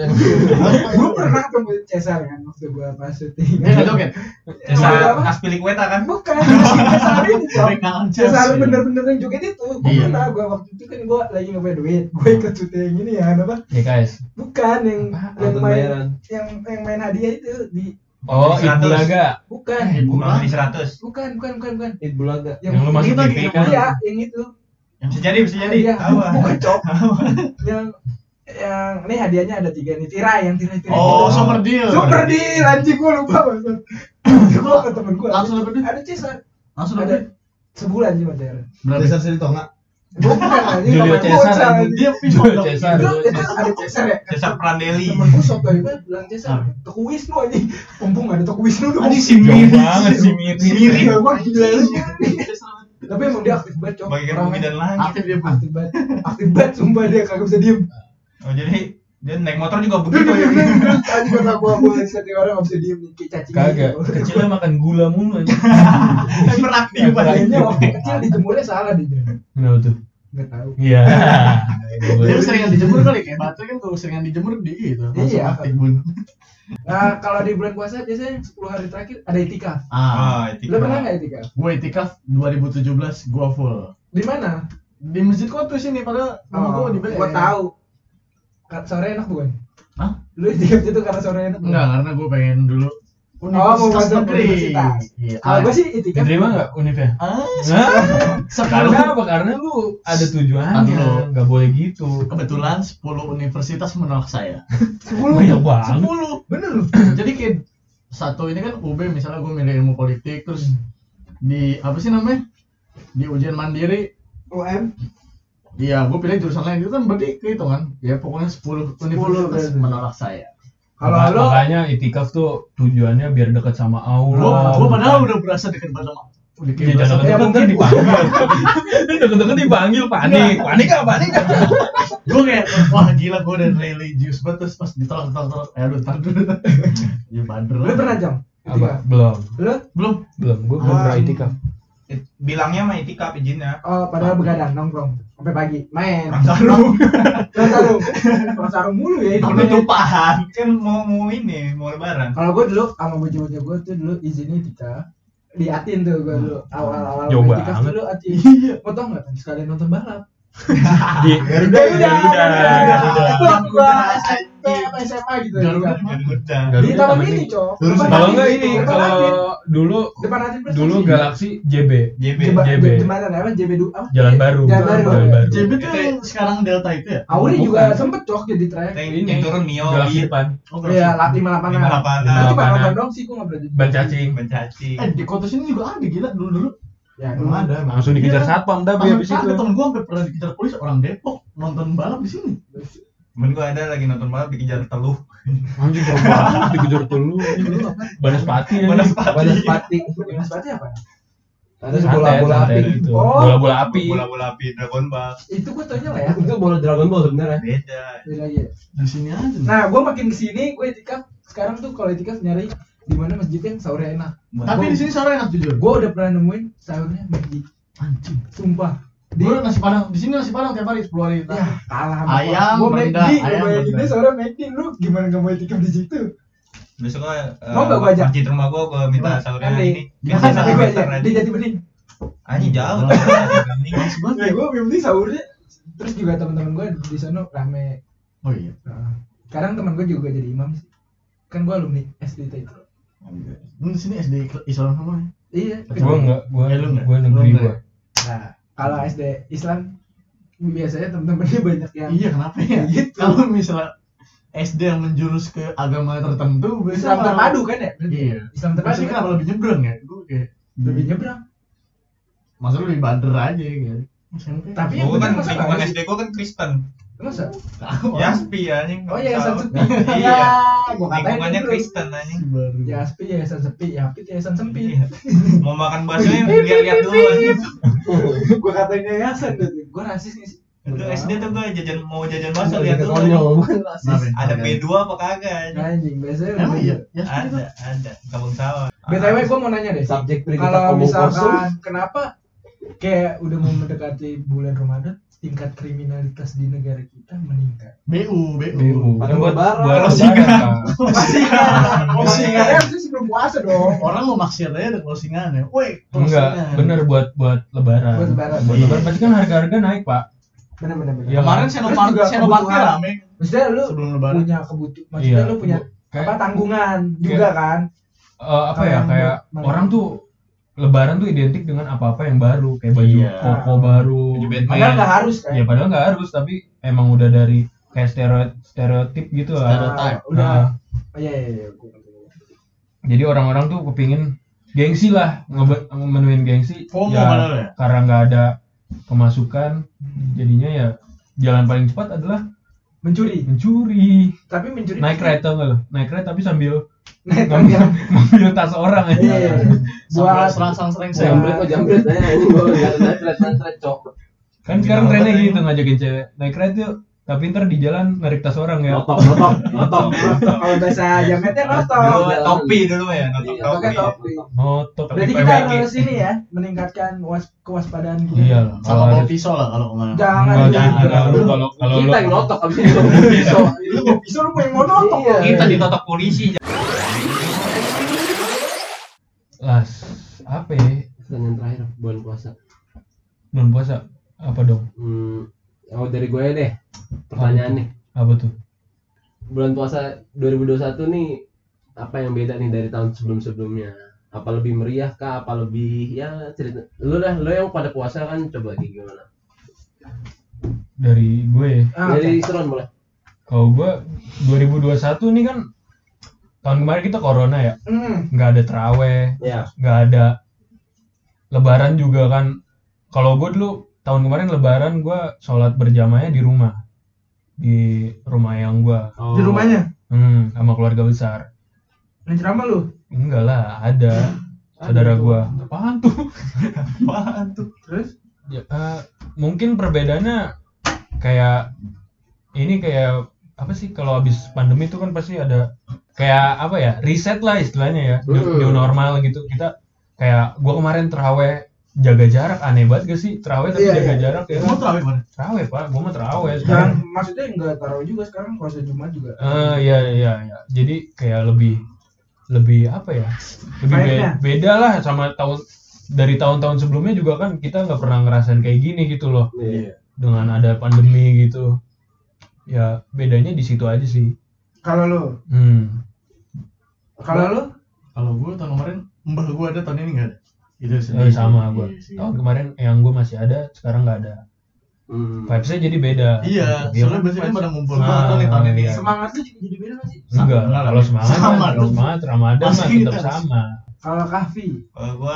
Gue pernah ketemu Cesar kan waktu gue pas syuting.
Dia nggak joget.
Cesar Aspilicueta kan?
Bukan, Cesar ini Cok.
Sampai kangen
Cesar
Chelsea.
bener-bener yang joget itu. Gue
Iya.
pernah, gue waktu itu kan gue lagi nggak punya duit. Gue ikut syuting ini ya, apa?
Ya guys.
Bukan yang
Apaan?
yang
Nonton
main
bayaran.
yang yang main hadiah itu di
Oh,
seratus.
Ibu Laga.
bukan
Bunga di seratus.
bukan bukan bukan bukan
Id Bulaga.
Yang lu masuk
Kita
T V
lagi
kan?
iya yang itu
Bisa jadi, bisa jadi.
Hadiah.
Apa?
Bukan Cok. yang yang ini hadiahnya ada tiga nih tirai yang tirai tirai
Oh,
gitu.
super deal.
super deal anjing gue lupa banget. Gue ke temen gue
Langsung dapet duit?
ada Cesar
Langsung
ada
dapet.
sebulan sih materi
Berapa?
Cesar Siri Tonga.
bukan anjing
Julio
temen
Cesar,
gua, Cesar,
anjing.
anjing.
Dia
Julio Cesar.
itu itu ada Cesar ya
Cesar Prandelli.
temen gue soto banget bilang Cesar Toko Wisnu anjing mumpung ada Toko Wisnu dong
Anjing si
Jauh
Miri.
banget si Miri.
Miri.
Iya, gua gila tapi emang dia aktif banget Cok
Bagikan bumi dan langit.
Aktif dia pun.
aktif banget aktif banget sumpah dia kagak bisa diem
Oh, jadi dia naik motor juga
Duh,
begitu
duh,
ya.
duh, duh, duh. Tadi kata gua gua lihat orang nggak bisa diem nih kayak cacing
Kagak,
gitu.
kecilnya makan gula mulu aja.
Hyperaktif
Kayaknya waktu kecil dijemurnya salah di
Kenapa tuh?
nggak tahu
Iya.
Dia seringan dijemur kali kayak baterai kan kalau seringan dijemur di gitu. Langsung
Iya.
aktif bun.
nah kalau di bulan puasa biasanya sepuluh hari terakhir ada itikaf
Ah,
Ah,
lo pernah nggak itikaf
gue itikaf dua ribu tujuh belas gue full.
di mana
Di Masjid Kotu sini padahal rumah gue di B M.
gua tahu Ka- sore enak bukan
Hah?
lu itikaf itu karena sore enak bukan?
Enggak, karena gue pengen dulu
Oh, mau
Universitas
masuk
negeri.
universitas.
Iya.
Kalau gua sih itikaf
Diterima nggak univnya?
Ah,
Hah?
sepuluh.
Karena apa? Karena lu ada tujuannya,
Aduh.
nggak boleh gitu.
Kebetulan sepuluh universitas menolak saya.
sepuluh
Banyak banget.
sepuluh.
bener lu
Jadi kayak satu ini kan U B misalnya gue milih ilmu politik terus di apa sih namanya? Di ujian mandiri
U M
iya, gue pilih jurusan lain itu kan berarti kehitungan. Ya pokoknya sepuluh universitas
berarti.
menolak saya.
kalau
Maka-
lo
makanya itikaf tuh tujuannya biar dekat sama
Gue
Allah.
gue padahal
bukan-
udah berasa deket banget sama udah
Ya,
kayak
jangan
berasa-
Ya,
deket
mungkin-
ntar dipanggil. Deket-deket dipanggil panik, panik gak panik gak?
gue kayak wah gila gue udah religius banget terus pas ditolak ditolak ditolak eh aduh ntar dulu ya bader
lu
lah
pernah jam
Apa?
itikaf
Belum,
lu
belum
belum. Gue belum
Ah.
pernah itikaf.
Bilangnya mah itikaf izinnya.
oh padahal begadang nongkrong sampai pagi main
Perang sarung.
perang sarung perang sarung mulu ya itu
Penutupan. Kan mau mau ini, mau lebaran.
kalau gue dulu sama bocah-bocah gue tuh dulu izinnya itikaf di Atin tuh gue dulu awal-awal
Jauh
main itikaf
banget.
dulu Atin mau tau nggak kan sekalian nonton balap
Di
Garuda,
Garuda.
Garuda. Itu waktu gua S M P apa S M A gitu.
Garuda
Di
Garuda.
Taman
Garuda
Mini,
sih.
Cok.
Terus
Depan
Kalau
Adit,
enggak ini,
depan
kalau
Adit.
dulu
Depan Adit Prestasi.
dulu Galaxy J B.
J B.
Jeba-
J B.
Jembatan apa? J B dua. apa?
Jalan Baru.
Jalan Baru.
Jalan Baru.
J B tuh yang sekarang Delta itu ya?
Auri
Bukan.
juga sempet Cok jadi track.
Yang,
Ini
yang turun Mio,
Galaxy
Beat,
depan.
Oh,
Iya, lap lima delapan.
lima delapan.
Itu cuma
delapan.
nonton dong sih, gua nggak pernah.
Ban cacing.
Bencaci.
Eh di kota sini juga ada gila dulu-dulu.
Ya,
Belum ada. emang.
Langsung dikejar
Iya.
satpam dah
Ada
habis itu.
temen gua sampai pernah dikejar polisi orang Depok nonton balap di sini.
Temen gua ada lagi nonton balap dikejar teluh.
Anjing serem banget dikejar dulu. Banaspati ya.
Banaspati.
Banaspati.
Gimana sepatu apa?
Ada
Santet,
bola-bola
santet
api.
gitu.
Oh.
Bola-bola api.
Bola-bola api Dragon Ball.
Itu gua taunya lah ya.
Itu bola Dragon Ball sebenarnya.
Beda.
Beda aja.
Di sini aja. nih.
Nah, gua makin kesini, gua itikaf. Sekarang tuh kalau itikaf nyari di mana masjid yang sahurnya enak.
Tapi di sini sore enak jujur.
Gua udah pernah nemuin sahurnya masjid.
Anjing.
Sumpah.
Di nasi padang, di sini nasi padang tiap hari sepuluh hari.
Ya, kalah sama
Ayam,
gua
rendang,
McD,
ayam,
gua bayangin
rendang.
dia sahurnya McD, lu gimana nggak mau itikaf di situ?
Besok gua eh,
Mau nggak gua ajak?
masjid rumah gua gua minta
Coba.
sahurnya
Nanti,
ini.
Gimana?
nanti
Biasa
gua
antar
aja,
aja.
di Jati Bening.
Anjing jauh.
Males banget
Ya,
ya.
gua yang penting sahurnya. Terus juga teman-teman gua di sana rame.
Oh iya.
Nah, sekarang teman gua juga jadi imam sih. Kan gua alumni S D T.
Lu di sini S D Islam semua ya?
Iya.
Gua enggak, gua
Eh, lu enggak?
gua negeri
Lu
gua.
enggak?
Nah, kalau S D Islam biasanya temen-temennya banyak yang
Iya kenapa ya?
Gitu.
Kalau misalnya S D yang menjurus ke agama tertentu, biasanya
Islam
malah-
terpadu kan ya?
Iya.
Islam
Tapi
terpadu kan?
kenapa lebih nyebrang ya? Gue kayak
Lebih nyebrang.
masa lu lebih bader aja gitu.
Tapi yang
Gua kan
bener masa
lingkungan
nggak
S D gua kan Kristen.
Masa?
Yaspi anjing.
Oh iya, Yayasan Sepi.
Iya.
Gua katain
Lingkungannya
dulu.
Kristen anjing.
baru.
Yaspi, Yayasan Sepi, Yapit, Yayasan Sempit.
Iya. Mau makan baksonya lihat-lihat dulu anjing.
Gua katain yayasan tuh. Gua rasis nih sih.
Itu S D tuh gua jajan mau jajan bakso
Lebih
lihat
ke
dulu.
konyol,
anjing.
bukan rasis.
Kenapa ya?
Ada B dua apa kagak anjing?
Anjing, biasanya
Emang
udah
iya?
gitu.
Ya
Ada, ada. Kampung sawah.
B T W gua mau nanya deh.
Subjek predikat
Kalau
omong kosong.
misalkan kenapa kayak udah mau mendekati bulan Ramadan, tingkat kriminalitas di negara kita meningkat.
B U, B U.
B U.
Pada
Kan buat
lebaran.
buat
Closingan.
lebaran, Pak.
Closingan. Closingan ya mesti sebelum puasa dong.
Orang mau maksiat aja ada closingannya. Woi,
Enggak,
closingan.
bener buat buat lebaran.
Buat lebaran.
Buat
Iya.
lebaran pasti kan harga-harga naik, Pak.
Bener bener bener.
Iya,
Kemarin
Terus
Senopati
juga
Senopati
kebutuhan.
rame
Maksudnya lu
sebelum lebaran.
punya kebutuhan, maksudnya
Iya.
lu punya
Kayak-
apa tanggungan juga kan?
Eh, apa
Kalau
ya
yang
kayak
buat-
orang tuh lebaran tuh identik dengan apa-apa yang baru, kayak baju
Iya.
koko baru.
Baju Batman.
Padahal nggak harus kan?
Ya padahal nggak harus, tapi emang udah dari kayak stereotip stereotip gitu lah.
Stereotype.
Ah, udah.
Nah,
Oh, iya iya iya. Gua ngerti.
jadi orang-orang tuh kepingin gengsi lah, ngebe- memenuhin gengsi.
FOMO
ya,
padahal ya.
karena nggak ada pemasukan, jadinya ya jalan paling cepat adalah
Mencuri.
mencuri.
Tapi mencuri
Naik
pasti-
ride tau nggak lo? Naik ride tapi sambil
Naik
ngambil,
ride.
ngambil tas orang aja.
Iya.
Buat
Buat
serang-serang sering
Buat-
saya.
Jambret kok jambret aja ini gua enggak ada nantret nantret cok.
Kan sekarang trennya gitu ngajakin cewek naik ride yuk, tapi ntar di jalan narik tas orang ya.
Notok notok notok.
kalau bahasa jametnya
Dulu
notok.
topi dulu ya, notok
Iya,
topi.
Pakai topi.
Notok.
Berarti
P
kita
B G.
harus ini ya, meningkatkan was kewaspadaan kita.
Iya.
Sama
Kalau
bawa
ada-
pisau lah kalau kemana.
Jangan
Enggak,
jangan.
jangan. Kalau kalau kalau
Kita
lo
yang notok abis ini gua pisau.
Lu mau pisau lu mau yang mau notok.
Iya.
Kita ditotok polisi.
las apa ya?
Pertanyaan terakhir bulan puasa.
Belum puasa apa dong?
Hmm, oh dari gue deh. Pertanyaan nih.
Apa tuh?
Bulan puasa dua ribu dua puluh satu nih apa yang beda nih dari tahun sebelum-sebelumnya? Apa lebih meriah kah? Apa lebih ya cerita lu dah, lu yang pada puasa kan coba kayak gimana?
Dari gue.
Ah,
Dari
oke.
Seron boleh.
Kalau gue dua ribu dua puluh satu nih kan tahun kemarin kita corona ya,
Hmm.
nggak ada terawih,
Ya.
nggak ada lebaran juga kan. Kalau gue dulu tahun kemarin lebaran gue sholat berjamaahnya di rumah, di rumah yang gue,
Oh.
Di rumahnya.
hmm, sama keluarga besar.
Yang ceramah lu.
Enggak lah, ada saudara gue. Apaan tuh?
Apaan tuh?
Terus
Ya, eh, mungkin perbedaannya kayak ini kayak apa sih, kalau habis pandemi itu kan pasti ada kayak apa ya, reset lah istilahnya ya, new,
Hmm.
new normal gitu. Kita kayak gua kemarin terawih jaga jarak, aneh banget gak sih terawih tapi
Iya,
jaga
iya.
jarak ya.
Kamu terawih mana?
Terawih pak, gua mah terawih
yang
sekarang.
maksudnya enggak taruh juga sekarang puasa Jumat juga.
Eh iya iya iya. Jadi kayak lebih lebih apa ya? Lebih be-
Baiknya.
beda lah sama tahun dari tahun-tahun sebelumnya juga kan kita nggak pernah ngerasain kayak gini gitu loh.
Iya.
dengan ada pandemi gitu. Ya bedanya di situ aja sih.
Kalau lu,
Hmm.
kalau lu
Kalau gue tahun kemarin mbah gue ada, tahun ini nggak ada. Itu sih.
Eh, sama gue.
Iya sih.
Tahun kemarin yang gue masih ada, sekarang nggak ada.
Hmm.
Vibes-nya jadi beda.
Iya,
Iya
soalnya
kan?
biasanya kan pada ngumpul
Ah,
banget nih tahun ini.
iya.
semangat lu juga jadi beda nggak sih?
Enggak,
Sama.
kalau semangat
Sama
kan,
dong.
semangat Ramadan mah
Pasti
tetap
kita-
sama.
Kalau Kahfi,
Kalau gua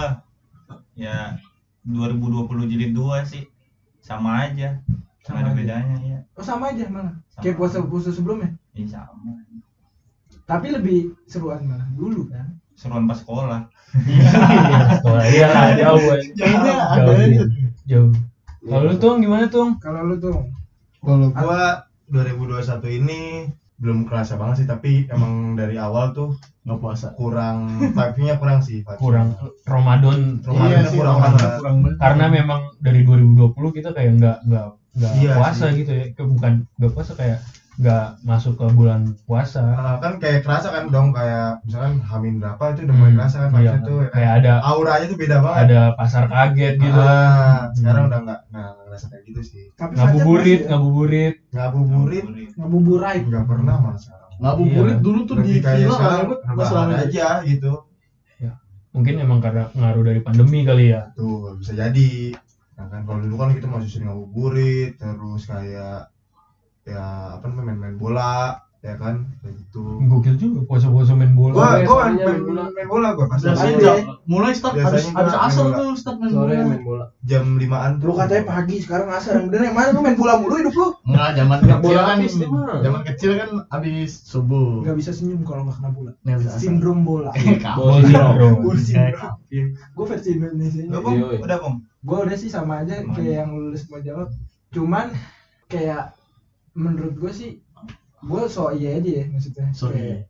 ya dua ribu dua puluh jilid dua sih sama aja.
Sama
Sama ada
aja.
bedanya ya.
oh sama aja malah.
Sama.
Kayak puasa-puasa sebelumnya.
Iya sama.
Tapi lebih seruan malah dulu kan.
Seruan pas sekolah.
Iya, sekolah. Iya lah, jauh boy.
Jauhnya
Jauh,
ada
iya.
aja.
Jauh. Kalau lu tuh gimana tuh?
Kalau lu tuh
Kalau gua dua ribu dua puluh satu ini belum kerasa banget sih, tapi emang dari awal tuh
Nggak puasa.
kurang vibe-nya kurang sih, vibes-nya.
Kurang Ramadan.
Ramadan
Iya
kurang
sih,
banget.
Ramadan kurang banget.
Karena memang dari dua ribu dua puluh kita kayak nggak nggak nggak
Iya
puasa
sih.
gitu ya. Kayak bukan nggak puasa, kayak nggak masuk ke bulan puasa.
Ah, kan kayak kerasa kan dong, kayak misalkan Hamin berapa itu udah mulai
Hmm,
kerasa kan
iya.
vibes-nya tuh ya kan.
Kayak ada
Auranya tuh beda banget.
ada pasar kaget gitu.
Ah, sekarang
Hmm.
udah nggak nggak ngerasa kayak gitu sih.
tapi
Ngabuburit,
Fajar masih
ngabuburit.
Ngabuburit
ya? Ngabuburit.
nggak pernah malah sekarang.
Ngabuburit
Iya.
dulu tuh di
Lebih kayak
villa
sekarang
rame pas
rebahan
rame
aja gitu.
Mungkin emang karena pengaruh dari pandemi kali ya.
Tuh bisa jadi. Nah kan kalau dulu kan kita masih sering ngabuburit, terus kayak ya apa namanya main-main bola, ya kan kayak gitu.
Gokil juga puasa-puasa main bola.
Gua
Sore-
gua
sorenya
main,
main bola.
main bola gua pas
Biasanya
S D.
jam- mulai start habis
Biasanya
habis
main
asar
bola.
tuh start main
Sore
bola.
main bola.
jam limaan tuh.
Lu katanya pagi, sekarang asar. Yang bener yang mana lu main bola mulu hidup lu?
Enggak, zaman
Nggak
kecil
bola
kan.
habis nih, mah.
Zaman kecil kan habis subuh.
Gak bisa senyum kalau nggak kena bola.
Nggak bisa asar.
Sindrom bola.
Ball syndrome.
Ball
Kayak
syndrome.
kafir.
Gue versi Indonesia
Lu Bung,
Yoi.
udah Bung.
gue udah sih sama aja
Sama
kayak
aja.
yang lulus mau jawab, cuman kayak menurut gue sih gue so iya aja ya maksudnya
So
kayak,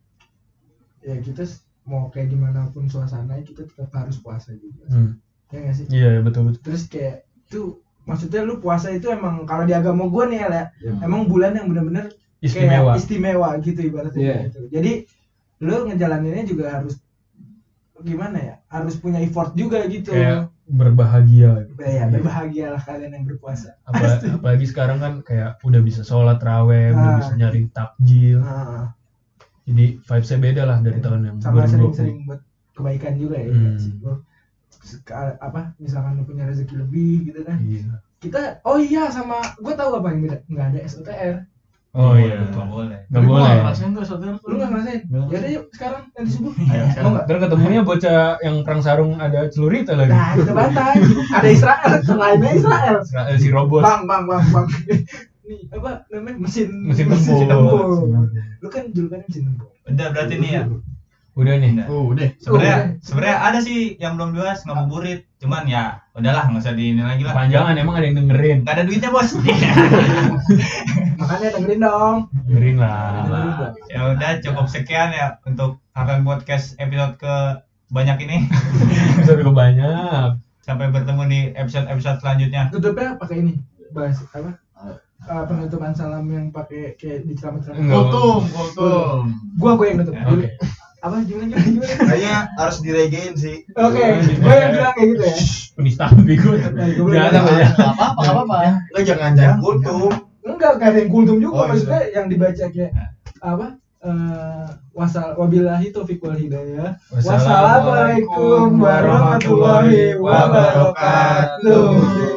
ya kita s- mau kayak gimana pun suasana kita tetap harus puasa juga
Hmm.
ya nggak sih.
Iya, iya, betul betul.
Terus kayak itu maksudnya lu puasa itu emang kalau di agama gue nih ya
Ya.
emang bulan yang bener-bener
Istimewa.
kayak istimewa gitu ibaratnya
Iya.
gitu. Jadi lu ngejalaninnya juga harus gimana ya, harus punya effort juga gitu.
Kayak berbahagia. gitu.
Ya, berbahagialah kalian yang berpuasa.
Apa, apalagi sekarang kan kayak udah bisa sholat raweh, udah
Ah.
bisa nyari takjil.
Nah,
Jadi vibes-nya beda lah dari tahun yang
sama
dua ribu dua puluh.
sering-sering buat kebaikan juga ya.
Hmm.
sih. Lu seka- apa misalkan lu punya rezeki lebih gitu kan.
Iya.
Kita oh iya sama gue tahu apa yang beda, nggak ada S O T R.
Oh iya.
Nggak boleh.
Nggak
Tapi gua
boleh.
ngerasain tuh saudara.
Lu nggak ngerasain?
Nggak.
Ya udah yuk sekarang nanti subuh.
Ayo,
Mau
sekarang.
nggak?
Ntar ketemunya bocah yang perang sarung ada celurita lagi.
Nah kita bantai. Ada Israel, lainnya Israel.
Israel si robot.
Bang bang bang bang. Nih apa namanya mesin
Mesin
mesin
tempur.
tempur. Lu kan julukannya mesin tempur.
Udah berarti nih ya.
Udah nih.
Udah.
Oh, udah.
Sebenarnya
Oh,
sebenarnya ada sih yang belum dibahas ngabuburit. Cuman ya udahlah nggak usah diini lagi lah.
Panjangan emang ada yang dengerin.
Nggak ada duitnya bos.
Makanya dengerin dong.
Dengerin lah.
Ya udah cukup sekian ya untuk akan podcast episode ke banyak ini.
Episode kebanyak.
Sampai bertemu di episode-episode selanjutnya.
Tutupnya pakai ini. Bahas apa? Eh, penutupan salam yang pakai kayak di ceramah-ceramah.
Enggak.
Kultum, kultum.
Gua gue yang nutup.
Oke.
Apa gimana gimana gimana?
Kayaknya harus diregein sih.
Oke, gue yang bilang kayak gitu ya.
Penistaan bego.
Nah, gua bilang,
Jangan apa ya.
Enggak apa-apa, enggak apa-apa.
Lo jangan jangan kultum.
enggak enggak ada yang kultum juga,
Oh,
maksudnya yang dibaca kayak apa? Eh wasal wabillahi taufiq wal hidayah. Wassalamualaikum warahmatullahi wabarakatuh.